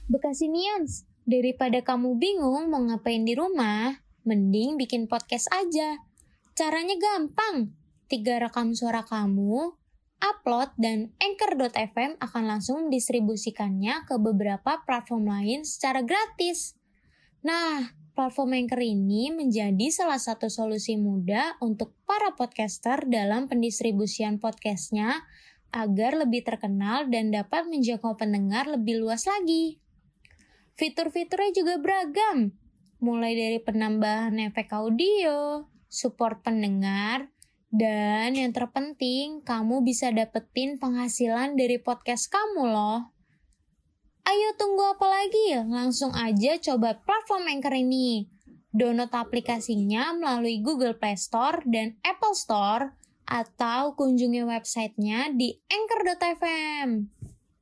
Bekasinians, daripada kamu bingung mau ngapain di rumah, mending bikin podcast aja. Caranya gampang. 3 rekam suara kamu, upload, dan Anchor.fm akan langsung distribusikannya ke beberapa platform lain secara gratis. Nah, platform Anchor ini menjadi salah satu solusi mudah untuk para podcaster dalam pendistribusian podcastnya agar lebih terkenal dan dapat menjangkau pendengar lebih luas lagi. Fitur-fiturnya juga beragam, mulai dari penambahan efek audio, support pendengar, dan yang terpenting, kamu bisa dapetin penghasilan dari podcast kamu loh. Ayo tunggu apa lagi? Langsung aja coba platform Anchor ini. Download aplikasinya melalui Google Play Store dan Apple Store, atau kunjungi websitenya di anchor.fm.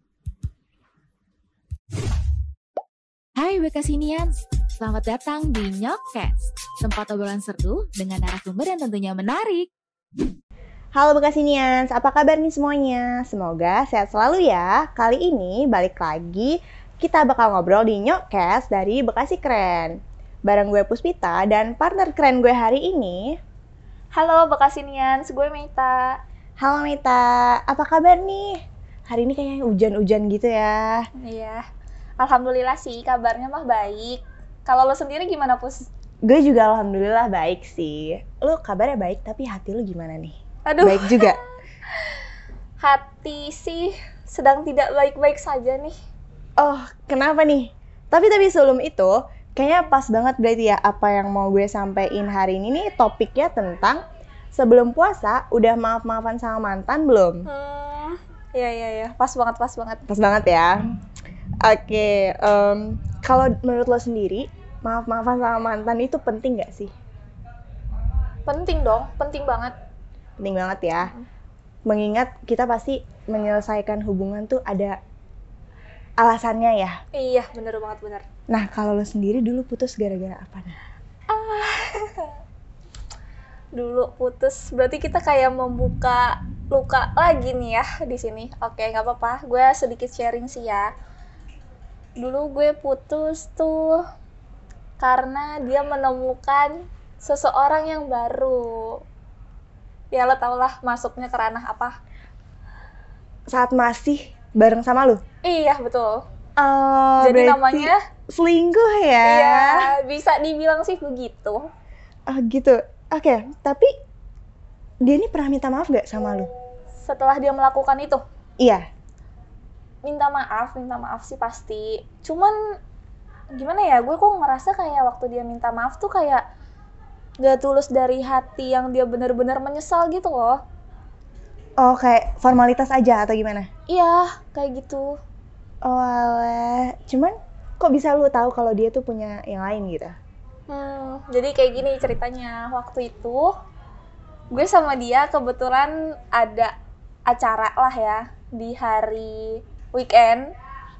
Hai Bekasinians, selamat datang di Nyokcast, tempat obrolan seru dengan narasumber yang tentunya menarik. Halo Bekasinians, apa kabar nih semuanya? Semoga sehat selalu ya. Kali ini balik lagi, kita bakal ngobrol di Nyokcast dari Bekasi Keren. Bareng gue Puspita dan partner keren gue hari ini. Halo Bekasinians, gue Meita. Halo Meita, apa kabar nih? Hari ini kayaknya hujan-hujan gitu ya. Iya, alhamdulillah sih kabarnya mah baik. Kalau lo sendiri gimana, Pus? Gue juga alhamdulillah baik sih. Lo kabarnya baik, tapi hati lo gimana nih? Aduh. Baik juga? Hati sih sedang tidak baik-baik saja nih. Oh, kenapa nih? Tapi sebelum itu, kayaknya pas banget berarti ya apa yang mau gue sampein hari ini nih, topiknya tentang sebelum puasa udah maaf-maafan sama mantan belum? Iya, pas banget. Pas banget ya. Oke, kalau menurut lo sendiri, maaf-maafan sama mantan itu penting gak sih? Penting dong, penting banget. Penting banget ya. Mengingat kita pasti menyelesaikan hubungan tuh ada alasannya ya. Iya, bener banget. Nah, kalau lo sendiri dulu putus gara-gara apa nih? Dulu putus, berarti kita kayak membuka luka lagi nih ya di sini. Oke, nggak apa-apa. Gue sedikit sharing sih ya. Dulu gue putus tuh karena dia menemukan seseorang yang baru. Ya lo tau lah masuknya ke ranah apa. Saat masih bareng sama lo? Iya, betul. Oh, jadi namanya selingkuh ya? Iya, bisa dibilang sih begitu. Oh gitu. Oke, tapi dia ini pernah minta maaf gak sama lo? Setelah dia melakukan itu? Iya. Minta maaf sih pasti. Cuman gimana ya, gue kok ngerasa kayak waktu dia minta maaf tuh kayak gak tulus dari hati yang dia bener-bener menyesal gitu loh. Oh, kayak formalitas aja atau gimana? Iya, kayak gitu. Oh alah, cuman kok bisa lu tahu kalau dia tuh punya yang lain gitu? Jadi kayak gini ceritanya. Waktu itu gue sama dia kebetulan ada acara lah ya di hari weekend.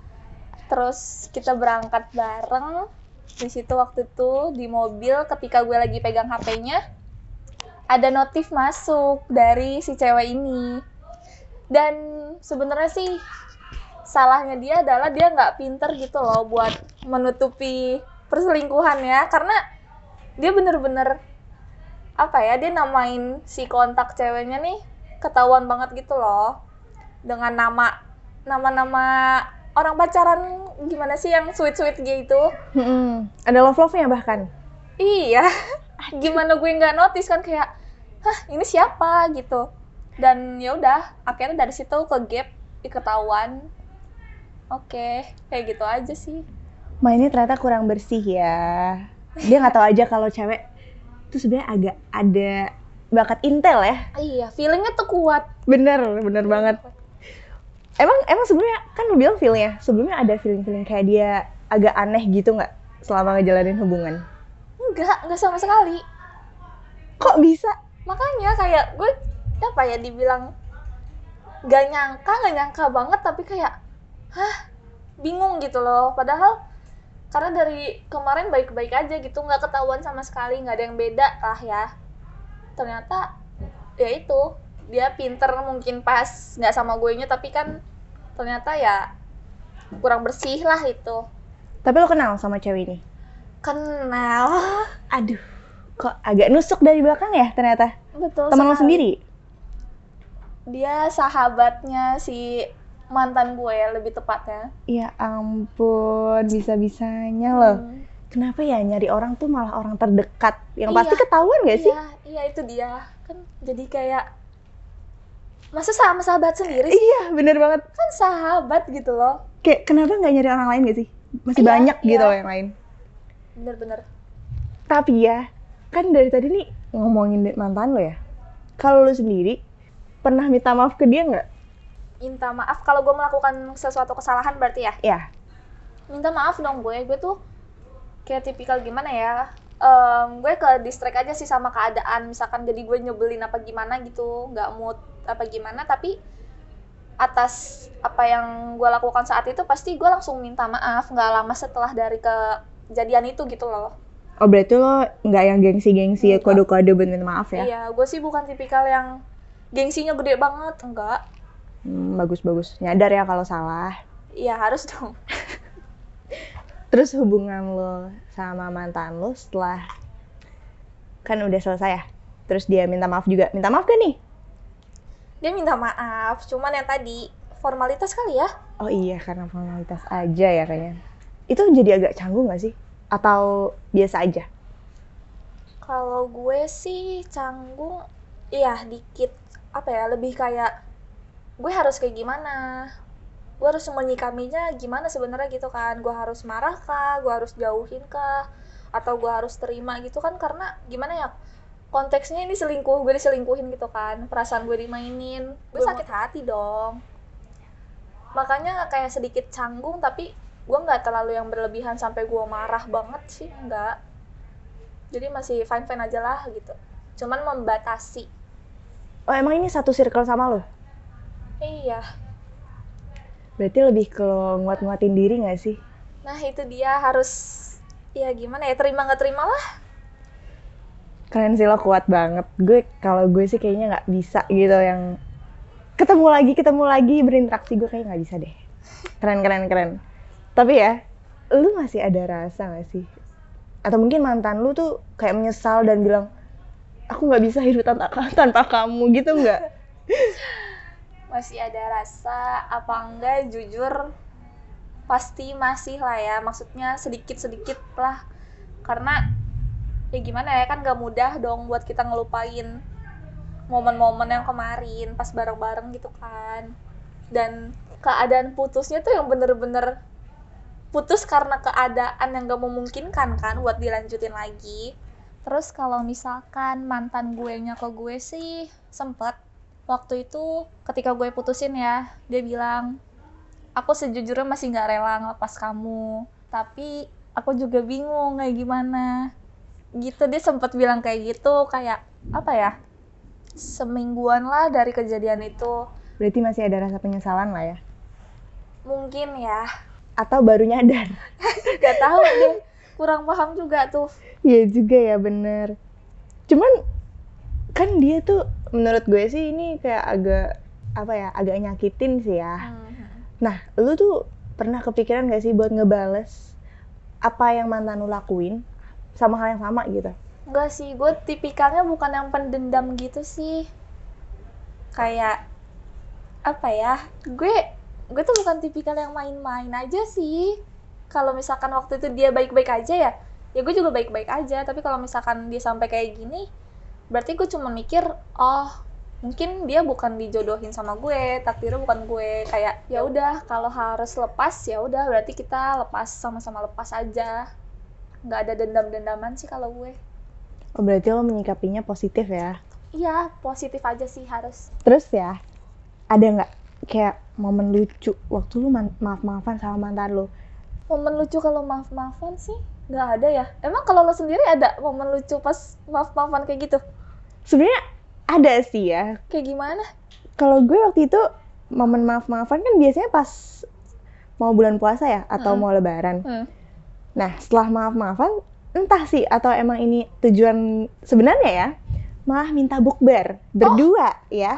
Terus kita berangkat bareng. Di situ waktu itu di mobil ketika gue lagi pegang HP-nya, ada notif masuk dari si cewek ini. Dan sebenarnya sih salahnya dia adalah dia nggak pinter gitu loh buat menutupi perselingkuhannya, karena dia bener-bener apa ya, dia namain si kontak ceweknya nih ketahuan banget gitu loh dengan nama orang pacaran gimana sih yang sweet gitu. Ada love-nya bahkan. Iya. Gimana gue nggak notice kan, kayak ini siapa gitu. Dan ya udah akhirnya dari situ ke gap, diketahuan. Oke, kayak gitu aja sih. Mainnya ternyata kurang bersih ya. Dia nggak tahu aja kalau cewek tuh sebenarnya agak ada bakat intel ya. Iya, feelingnya tuh kuat. Bener banget. Emang sebelumnya kan lu bilang feelnya, sebelumnya ada feeling kayak dia agak aneh gitu nggak selama ngejalanin hubungan? Enggak sama sekali. Kok bisa? Makanya kayak gue apa ya, dibilang gak nyangka banget, tapi kayak bingung gitu loh. Padahal karena dari kemarin baik-baik aja gitu, nggak ketahuan sama sekali, nggak ada yang beda lah ya. Ternyata ya itu, dia pinter mungkin pas nggak sama gue nya, tapi kan ternyata ya kurang bersih lah itu. Tapi lo kenal sama cewek ini? Kenal. Aduh, kok agak nusuk dari belakang ya ternyata? Betul Teman lo sekali. sendiri? Dia sahabatnya si mantan gue lebih tepatnya. Ya ampun, bisa-bisanya loh. Kenapa ya nyari orang tuh malah orang terdekat? Yang pasti Iya. ketahuan gak sih? Iya itu dia. Kan jadi kayak masa sama sahabat sendiri sih? Iya, bener banget. Kan sahabat gitu loh. Kayak kenapa nggak nyari orang lain gak sih? Masih Iya, banyak gitu iya. yang lain. Bener-bener. Tapi ya, kan dari tadi nih ngomongin mantan lo ya. Kalau lo sendiri, pernah minta maaf ke dia nggak? Minta maaf kalau gue melakukan sesuatu kesalahan berarti ya? Ya. Minta maaf dong gue tuh kayak tipikal gimana ya? Gue ke distract aja sih sama keadaan, misalkan jadi gue nyebelin apa gimana gitu, nggak mood apa gimana, tapi atas apa yang gue lakukan saat itu pasti gue langsung minta maaf, nggak lama setelah dari kejadian itu gitu loh. Oh berarti lo nggak yang gengsi-gengsi Enggak. kode-kode bener maaf ya? Iya, gue sih bukan tipikal yang gengsinya gede banget, enggak. Bagus-bagus. Nyadar ya kalau salah. Iya harus dong. Terus hubungan lo sama mantan lo setelah kan udah selesai ya? Terus dia minta maaf juga. Minta maaf gak nih? Dia minta maaf, cuman yang tadi formalitas kali ya. Oh iya, karena formalitas aja ya kayaknya. Itu jadi agak canggung gak sih? Atau biasa aja? Kalau gue sih canggung, iya dikit. Apa ya, lebih kayak gue harus kayak gimana? Gue harus menyikapinya gimana sebenarnya gitu kan? Gue harus marah kah? Gue harus jauhin kah? Atau gue harus terima gitu kan? Karena gimana ya? Konteksnya ini selingkuh, gue diselingkuhin gitu kan, perasaan gue dimainin, gue sakit hati dong. Makanya kayak sedikit canggung, tapi gue nggak terlalu yang berlebihan sampai gue marah banget sih, nggak. Jadi masih fine-fine aja lah gitu, cuman membatasi. Oh emang ini satu circle sama lo? Iya, Berarti lebih ke lo nguat-nguatin diri gak sih? nah itu dia harus, ya gimana ya, terima nggak terima lah. Keren sih lo, kuat banget. Kalau gue sih kayaknya nggak bisa gitu yang ketemu lagi berinteraksi, gue kayak nggak bisa deh. Keren. Tapi ya, lu masih ada rasa nggak sih? Atau mungkin mantan lu tuh kayak menyesal dan bilang, aku nggak bisa hidup tanpa kamu gitu nggak? Masih ada rasa apa enggak, jujur pasti masih lah ya, maksudnya sedikit-sedikit lah, karena ya gimana ya, kan gak mudah dong buat kita ngelupain momen-momen yang kemarin pas bareng-bareng gitu kan. Dan keadaan putusnya tuh yang bener-bener putus karena keadaan yang gak memungkinkan kan buat dilanjutin lagi. Terus kalau misalkan mantan gue nya ke gue sih sempet waktu itu ketika gue putusin ya, dia bilang, aku sejujurnya masih gak rela ngelepas kamu, tapi aku juga bingung kayak gimana gitu. Dia sempat bilang kayak gitu, kayak apa ya, semingguan lah dari kejadian itu. Berarti masih ada rasa penyesalan lah ya? Mungkin ya, Atau baru nyadar? gak tahu deh, kurang paham juga tuh. Iya juga ya, bener. Cuman kan dia tuh menurut gue sih ini kayak agak nyakitin sih ya. Nah, lu tuh pernah kepikiran gak sih buat ngebales apa yang mantan lu lakuin sama hal yang sama gitu? Enggak sih, gue tipikalnya bukan yang pendendam gitu sih. Kayak apa ya, gue tuh bukan tipikal yang main-main aja sih. Kalau misalkan waktu itu dia baik-baik aja ya gue juga baik-baik aja. Tapi kalau misalkan dia sampai kayak gini, berarti gue cuma mikir, oh mungkin dia bukan dijodohin sama gue, takdirnya bukan gue. Kayak ya udah, kalau harus lepas ya udah, berarti kita lepas, sama-sama lepas aja. Nggak ada dendam-dendaman sih kalau gue. Oh berarti lo menyikapinya positif ya? Iya, positif aja sih harus. Terus ya, ada nggak kayak momen lucu waktu lu maaf-maafan sama mantan lu? Momen lucu kalau maaf-maafan sih nggak ada ya. Emang kalau lo sendiri ada momen lucu pas maaf-maafan kayak gitu? Sebenarnya ada sih ya. Kayak gimana? Kalau gue waktu itu momen maaf-maafan kan biasanya pas mau bulan puasa ya, atau mau lebaran. Nah, setelah maaf-maafan, entah sih atau emang ini tujuan sebenarnya ya, malah minta bukber berdua ya.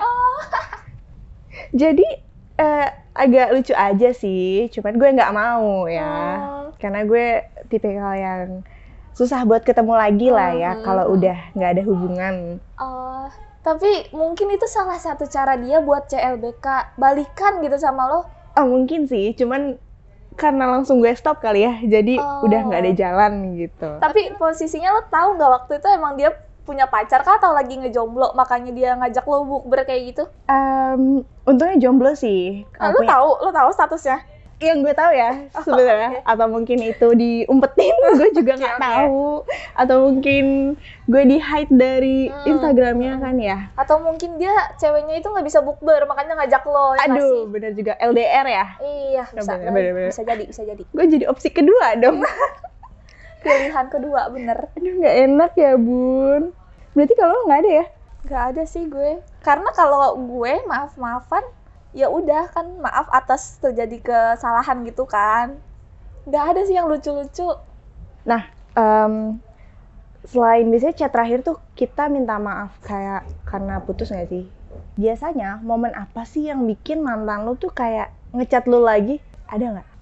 Jadi agak lucu aja sih, cuman gue nggak mau ya. Karena gue tipikal yang susah buat ketemu lagi lah ya kalau udah nggak ada hubungan. Tapi mungkin itu salah satu cara dia buat CLBK balikan gitu sama lo. Mungkin sih, cuman karena langsung gue stop kali ya, jadi udah nggak ada jalan gitu. Tapi posisinya lo tahu nggak waktu itu emang dia punya pacar kah atau lagi ngejomblo makanya dia ngajak lo bukber kayak gitu? Untungnya jomblo sih. Lo tahu statusnya? Yang gue tahu ya sebenarnya, atau mungkin itu diumpetin, gue juga nggak tahu. Atau mungkin gue di hide dari Instagramnya kan ya. Atau mungkin dia ceweknya itu nggak bisa bukber makanya ngajak lo. Aduh, bener juga LDR ya. Iya, bisa jadi. Gue jadi opsi kedua dong. Pilihan kedua, bener. Aduh, nggak enak ya Bun. Berarti kalau lo nggak ada ya? Nggak ada sih gue. Karena kalau gue maaf-maafan, ya udah kan maaf atas terjadi kesalahan gitu kan. Nggak ada sih yang lucu-lucu. Nah, selain biasanya chat terakhir tuh kita minta maaf kayak karena putus nggak sih? Biasanya momen apa sih yang bikin mantan lo tuh kayak ngechat lo lagi? Ada nggak?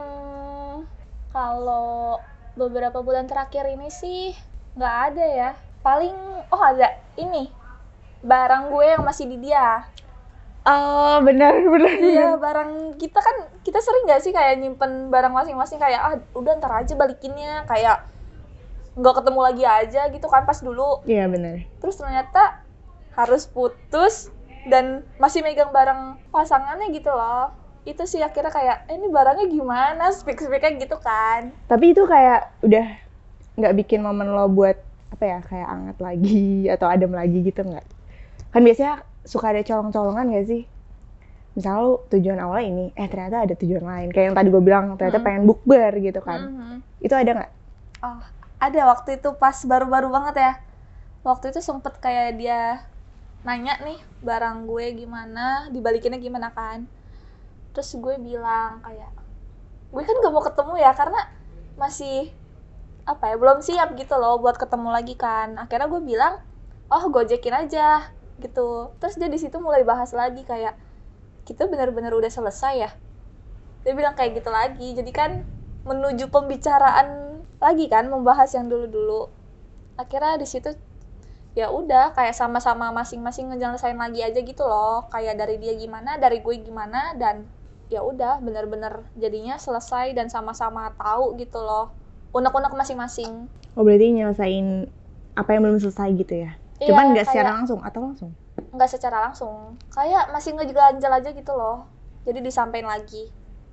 Kalau beberapa bulan terakhir ini sih nggak ada ya. Paling, ada ini, barang gue yang masih di dia. Oh, benar. Iya, barang kita kan, kita sering nggak sih kayak nyimpen barang masing-masing kayak, udah ntar aja balikinnya, kayak nggak ketemu lagi aja gitu kan pas dulu. Iya, benar. Terus ternyata harus putus dan masih megang barang pasangannya gitu loh. Itu sih akhirnya kayak, ini barangnya gimana, speak-speaknya gitu kan. Tapi itu kayak udah nggak bikin momen lo buat apa ya, kayak anget lagi atau adem lagi gitu nggak? Kan biasanya suka ada colong-colongan gak sih? Misalnya lo tujuan awalnya ini, ternyata ada tujuan lain. Kayak yang tadi gue bilang, ternyata pengen bukber gitu kan. Itu ada nggak? Ada waktu itu pas baru-baru banget ya. Waktu itu sempet kayak dia nanya nih, barang gue gimana, dibalikinnya gimana kan. Terus gue bilang kayak, gue kan gak mau ketemu ya, karena masih belum siap gitu loh buat ketemu lagi kan. Akhirnya gue bilang, gojekin aja gitu. Terus dia di situ mulai bahas lagi kayak, kita benar-benar udah selesai ya. Dia bilang kayak gitu lagi. Jadi kan menuju pembicaraan lagi kan, membahas yang dulu-dulu. Akhirnya di situ ya udah kayak sama-sama masing-masing ngejelasin lagi aja gitu loh. Kayak dari dia gimana, dari gue gimana, dan ya udah benar-benar jadinya selesai dan sama-sama tahu gitu loh. Unek-unek masing-masing. Oh, berarti nyelesain apa yang belum selesai gitu ya? Iya, cuman nggak secara langsung atau langsung? Nggak secara langsung. Kayak masih ngeganjel aja gitu loh. Jadi disampaikan lagi.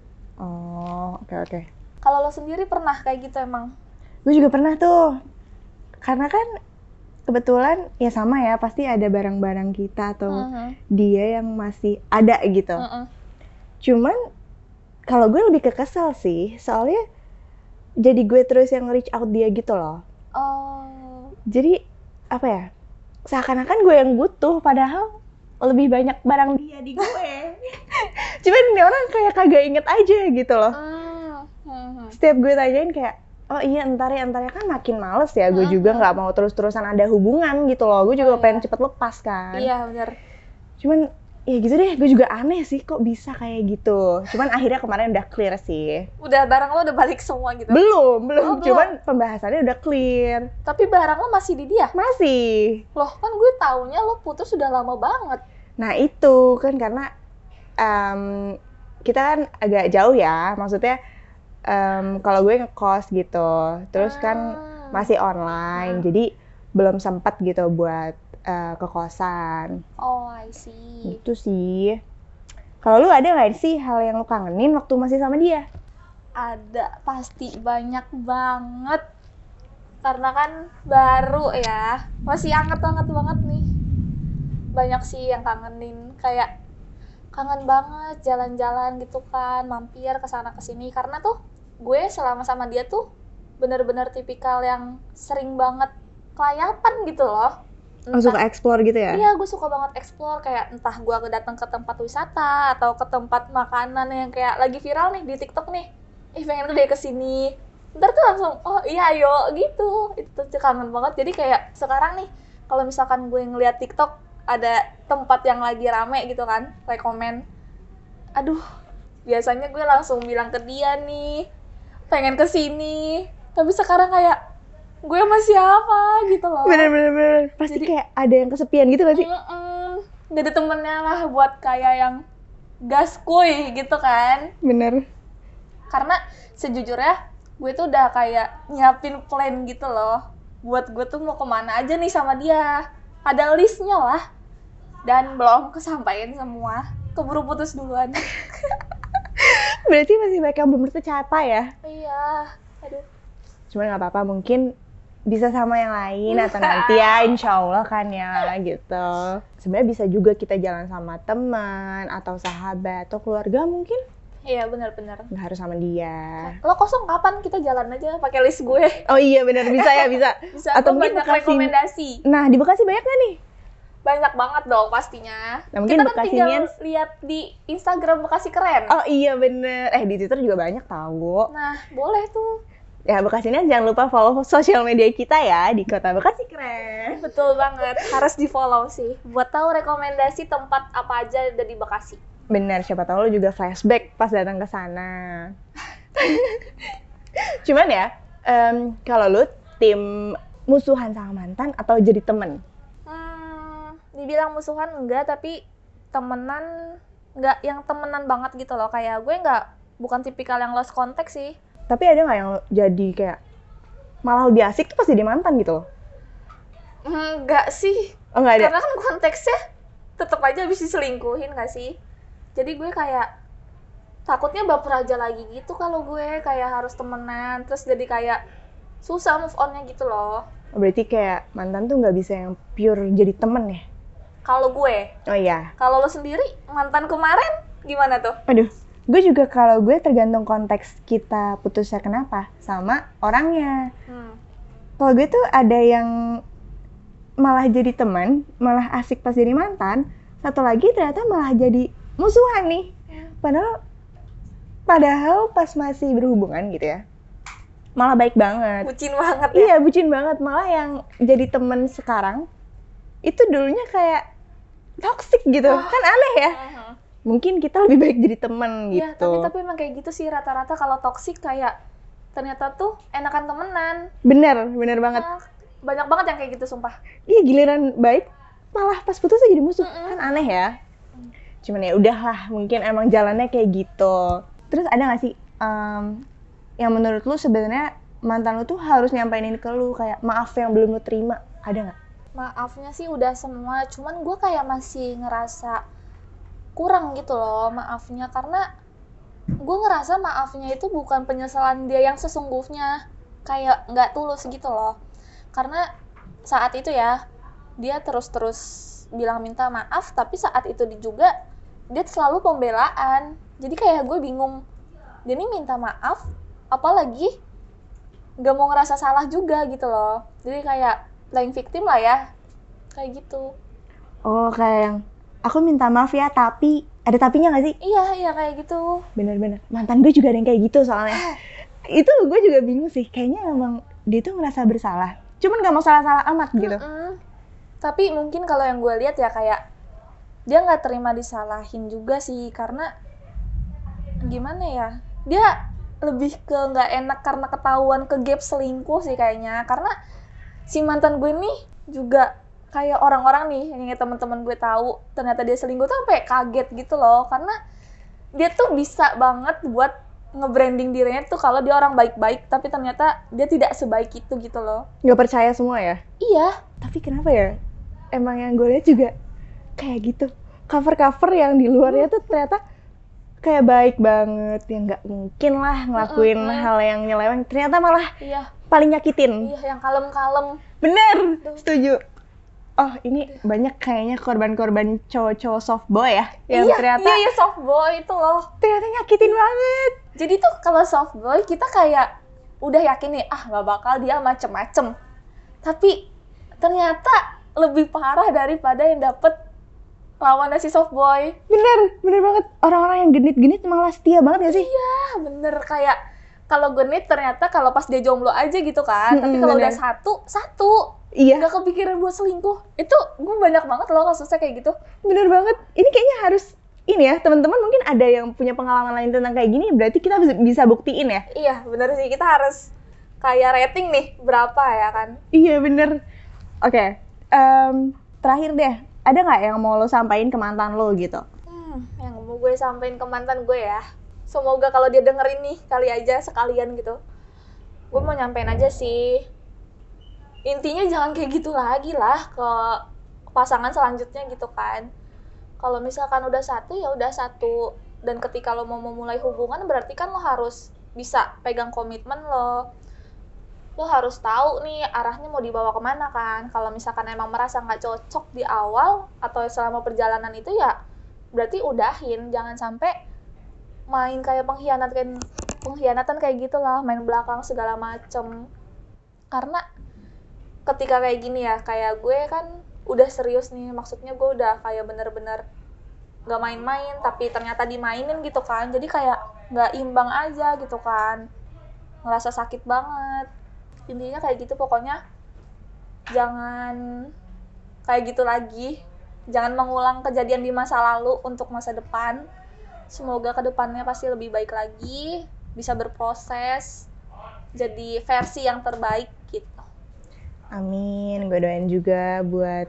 Oh, oke. Kalau lo sendiri pernah kayak gitu emang? Gue juga pernah tuh. Karena kan kebetulan ya sama ya, pasti ada barang-barang kita atau dia yang masih ada gitu. Cuman kalau gue lebih kesel sih, soalnya jadi gue terus yang reach out dia gitu loh. Jadi apa ya, seakan-akan gue yang butuh padahal lebih banyak barang dia di gue. Cuman ini orang kayak kagak inget aja gitu loh. Setiap gue tanyain kayak, oh iya entar ya kan makin males ya. Gue juga gak mau terus-terusan ada hubungan gitu loh. Gue juga pengen cepet lepas kan. Iya bener. Cuman ya gitu deh, gue juga aneh sih kok bisa kayak gitu. Cuman akhirnya kemarin udah clear sih. Udah, barang lo udah balik semua gitu? Belum. Cuman pembahasannya udah clear. Tapi barang lo masih di dia? Masih. Loh, kan gue taunya lo putus sudah lama banget. Nah itu kan karena kita kan agak jauh ya. Maksudnya kalau gue ngekos gitu. Terus kan masih online. Jadi belum sempat gitu buat ke kosan. Oh, I see. Itu sih. Kalau lu ada nggak sih hal yang lu kangenin waktu masih sama dia? Ada, pasti banyak banget. Karena kan baru ya, masih anget banget nih. Banyak sih yang kangenin, kayak kangen banget jalan-jalan gitu kan, mampir ke sana ke sini. Karena tuh gue selama sama dia tuh bener-bener tipikal yang sering banget kelayapan gitu loh. Suka explore gitu ya? Iya, gue suka banget explore, kayak entah gue datang ke tempat wisata atau ke tempat makanan yang kayak lagi viral nih di TikTok nih. Pengen deh kesini. Ntar tuh langsung, oh iya ayo gitu. Itu tuh kangen banget. Jadi kayak sekarang nih, kalau misalkan gue ngeliat TikTok ada tempat yang lagi rame gitu kan, rekomen. Aduh, biasanya gue langsung bilang ke dia nih, pengen kesini, tapi sekarang kayak gue sama siapa gitu loh. Bener. Pasti Jadi- kayak ada yang kesepian gitu gak sih? Gak ada temennya lah buat kayak yang gaskuy gitu kan. Bener. Karena sejujurnya gue tuh udah kayak nyiapin plan gitu loh, buat gue tuh mau kemana aja nih sama dia, ada listnya lah, dan belum kesampaian semua, keburu putus duluan. Berarti masih banyak yang belum tercapai ya? Iya, aduh. Cuman nggak apa-apa, mungkin bisa sama yang lain atau nanti ya, insya Allah kan ya gitu. Sebenarnya bisa juga kita jalan sama teman atau sahabat atau keluarga mungkin. Iya, benar-benar. Nggak harus sama dia. Lo kosong kapan? Kita jalan aja pakai list gue. Oh iya benar, bisa ya, bisa. Bisa. Atau Atau mungkin banyak Bekasi. rekomendasi. Nah di Bekasi banyak nggak nih? Banyak banget dong pastinya. Nah, mungkin Kita kan tinggal Bekasinians- lihat di Instagram Bekasi Keren. Oh iya bener. Di Twitter juga banyak tahu. Nah, boleh tuh. Ya Bekasinians jangan lupa follow sosial media kita ya di Kota Bekasi Keren. Betul banget, harus di-follow sih. Buat tahu rekomendasi tempat apa aja ada di Bekasi. Bener, siapa tahu lo juga flashback pas datang ke sana. Cuman ya, kalau lu tim musuhan sama mantan atau jadi temen? Dibilang musuhan enggak, tapi temenan enggak yang temenan banget gitu loh. Kayak gue bukan tipikal yang lost contact sih. Tapi ada nggak yang jadi kayak malah lebih asik tuh pas jadi mantan gitu loh? Enggak sih. Oh nggak ada? Karena kan konteksnya tetap aja habis diselingkuhin nggak sih? Jadi gue kayak takutnya baper aja lagi gitu kalau gue kayak harus temenan. Terus jadi kayak susah move on-nya gitu loh. Berarti kayak mantan tuh nggak bisa yang pure jadi temen ya? Kalau gue, Oh iya. kalau lo sendiri mantan kemarin gimana tuh? Aduh, gue juga kalau gue tergantung konteks kita putusnya kenapa sama orangnya. Kalau gue tuh ada yang malah jadi teman, malah asik pas jadi mantan, satu lagi ternyata malah jadi musuhan nih. Padahal pas masih berhubungan gitu ya, malah baik banget. Bucin banget ya? Iya, bucin banget. Malah yang jadi temen sekarang itu dulunya kayak toxic gitu. Kan aneh ya. Mungkin kita lebih baik jadi temen Iya, gitu. tapi emang kayak gitu sih rata-rata kalau toksik kayak ternyata tuh enakan temenan. Bener banget. Nah, banyak banget yang kayak gitu sumpah. Iya, giliran baik malah pas putus aja jadi musuh. Kan aneh ya. Cuman ya udahlah, mungkin emang jalannya kayak gitu. Terus ada nggak sih yang menurut lu sebenarnya mantan lu tuh harus nyampein ini ke lu, kayak maaf yang belum lu terima, ada nggak? Maafnya sih udah semua, cuman gue kayak masih ngerasa kurang gitu loh maafnya, karena gue ngerasa maafnya itu bukan penyesalan dia yang sesungguhnya, kayak nggak tulus gitu loh. Karena saat itu ya dia terus bilang minta maaf, tapi saat itu juga dia selalu pembelaan. Jadi kayak gue bingung, dia ini minta maaf apalagi nggak mau ngerasa salah juga gitu loh. Jadi kayak playing victim lah ya, kayak gitu. Oh, kayak yang aku minta maaf ya, tapi ada tapinya nggak sih? Iya kayak gitu. Bener-bener, mantan gue juga ada yang kayak gitu soalnya. Itu gue juga bingung sih, kayaknya emang dia tuh ngerasa bersalah, cuman nggak mau salah-salah amat gitu. Tapi mungkin kalau yang gue lihat ya kayak dia nggak terima disalahin juga sih, karena gimana ya, dia lebih ke nggak enak karena ketahuan ke gap selingkuh sih kayaknya. Karena si mantan gue nih juga kayak orang-orang nih yang teman-teman gue tahu ternyata dia selingkuh tuh sampai kaget gitu loh, karena dia tuh bisa banget buat nge-branding dirinya tuh kalau dia orang baik-baik, tapi ternyata dia tidak sebaik itu gitu loh. Nggak percaya semua ya? Iya. Tapi kenapa ya? Emang yang gue lihat juga kayak gitu. Cover-cover yang di luarnya tuh ternyata kayak baik banget. Ya nggak mungkin lah ngelakuin hal yang nyeleweng. Ternyata malah Iya. paling nyakitin. Iya, yang kalem-kalem. Bener, setuju. Oh, ini banyak kayaknya korban-korban cowok-cowok soft boy ya. Yang ternyata Iya, soft boy itu loh. ternyata nyakitin banget. Jadi tuh kalau soft boy kita kayak udah yakin nih, nggak bakal dia macem-macem. Tapi ternyata lebih parah daripada yang dapet lawannya si soft boy. Bener banget. Orang-orang yang genit-genit malah setia banget gak sih? Iya, bener. Kayak kalau genit ternyata kalau pas dia jomblo aja gitu kan. Tapi kalau bener. udah satu, Iya, nggak kepikiran buat selingkuh. Itu gue banyak banget loh kasusnya kayak gitu. bener banget. Ini kayaknya harus ini ya, teman-teman mungkin ada yang punya pengalaman lain tentang kayak gini, berarti kita bisa buktiin ya. Iya, bener sih. Kita harus kayak rating nih, berapa ya kan? Iya, bener. Oke, terakhir deh, ada nggak yang mau lo sampaikan ke mantan lo gitu? Yang mau gue sampein ke mantan gue ya. Semoga kalau dia dengerin nih, kali aja sekalian gitu. Gue mau nyampein aja sih. Intinya jangan kayak gitu lagi lah ke pasangan selanjutnya gitu kan. Kalau misalkan udah satu, ya udah satu. Dan ketika lo mau memulai hubungan, berarti kan lo harus bisa pegang komitmen lo. Lo harus tahu nih arahnya mau dibawa kemana kan. Kalau misalkan emang merasa nggak cocok di awal atau selama perjalanan itu, ya berarti udahin. Jangan sampai main kayak pengkhianatan kayak gitulah, main belakang segala macem. Karena ketika kayak gini ya, kayak gue kan udah serius nih, maksudnya gue udah kayak bener-bener gak main-main, tapi ternyata dimainin gitu kan, jadi kayak gak imbang aja gitu kan, ngerasa sakit banget. Intinya kayak gitu, pokoknya jangan kayak gitu lagi, jangan mengulang kejadian di masa lalu untuk masa depan. Semoga kedepannya pasti lebih baik lagi, bisa berproses jadi versi yang terbaik gitu. Amin, gue doain juga buat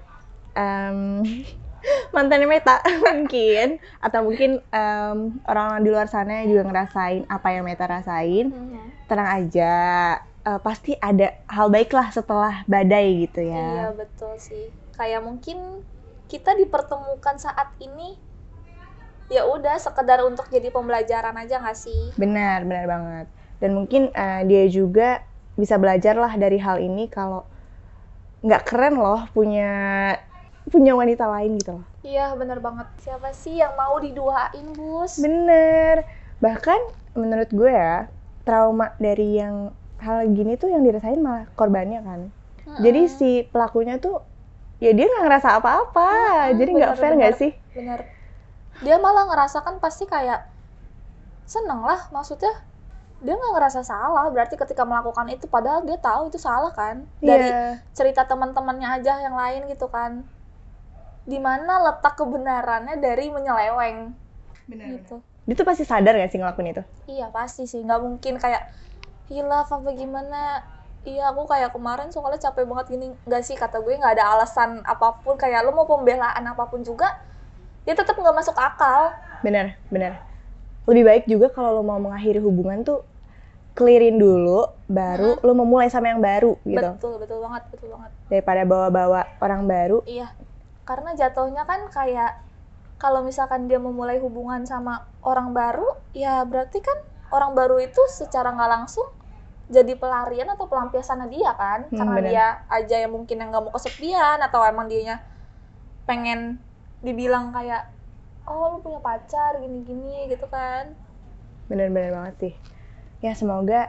mantannya Meta mungkin, atau mungkin orang-orang di luar sana juga ngerasain apa yang Meta rasain. Tenang aja, pasti ada hal baik lah setelah badai gitu ya. Iya betul sih, kayak mungkin kita dipertemukan saat ini ya udah sekedar untuk jadi pembelajaran aja nggak sih? Benar banget. Dan mungkin dia juga bisa belajar lah dari hal ini, kalau nggak keren loh punya wanita lain gitu loh. Iya bener banget. Siapa sih yang mau diduain, Bus? Bener. Bahkan menurut gue ya, trauma dari yang hal gini tuh yang dirasain malah korbannya kan. Jadi si pelakunya tuh ya dia nggak ngerasa apa-apa. Jadi nggak fair nggak sih? Bener. Dia malah ngerasa kan pasti kayak seneng lah, maksudnya dia nggak ngerasa salah berarti ketika melakukan itu, padahal dia tahu itu salah kan, dari cerita teman-temannya aja yang lain gitu kan. Dimana letak kebenarannya dari menyeleweng. Bener. Gitu. Dia tuh pasti sadar gak sih ngelakuin itu? Iya pasti sih, nggak mungkin kayak hilaf apa gimana. Iya aku kayak kemarin soalnya capek banget gini. Nggak sih, kata gue nggak ada alasan apapun, kayak lo mau pembelaan apapun juga dia tetap nggak masuk akal. Bener. Lebih baik juga kalau lo mau mengakhiri hubungan tuh clearin dulu, baru lo memulai sama yang baru gitu. Betul banget. Daripada bawa-bawa orang baru. Iya, karena jatuhnya kan kayak kalau misalkan dia memulai hubungan sama orang baru, ya berarti kan orang baru itu secara nggak langsung jadi pelarian atau pelampiasannya dia kan. Karena bener. dia aja yang mungkin yang nggak mau kesepian, atau emang dianya pengen dibilang kayak, oh lu punya pacar gini-gini gitu kan. Bener banget sih. Ya semoga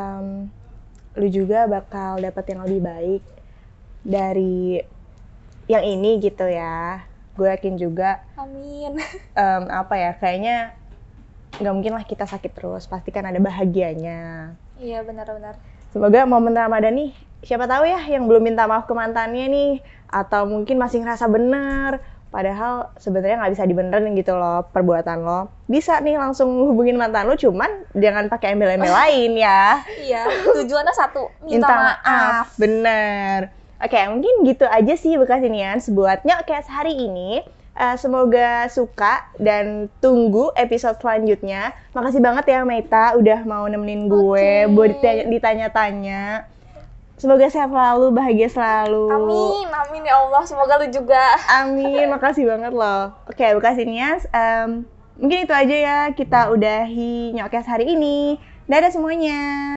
lu juga bakal dapet yang lebih baik dari yang ini gitu ya. Gue yakin juga. Amin. Kayaknya nggak mungkin lah kita sakit terus. Pasti kan ada bahagianya. Iya benar. Semoga momen Ramadan nih, siapa tahu ya yang belum minta maaf ke mantannya nih, atau mungkin masih ngerasa bener, padahal sebenarnya nggak bisa dibenerin gitu loh perbuatan lo. Bisa nih langsung hubungin mantan lo, cuman jangan pakai embel-embel lain ya. Iya, tujuannya satu, minta maaf. Bener. Oke, mungkin gitu aja sih Bekasinians buat Nyokes hari ini. Semoga suka dan tunggu episode selanjutnya. Makasih banget ya Meta udah mau nemenin gue buat ditanya-tanya. Semoga sehat selalu, bahagia selalu. Amin ya Allah, semoga lu juga. Amin, makasih banget loh. Oke, Bekasinians, mungkin itu aja ya, kita udahi Nyokes hari ini. Dadah semuanya.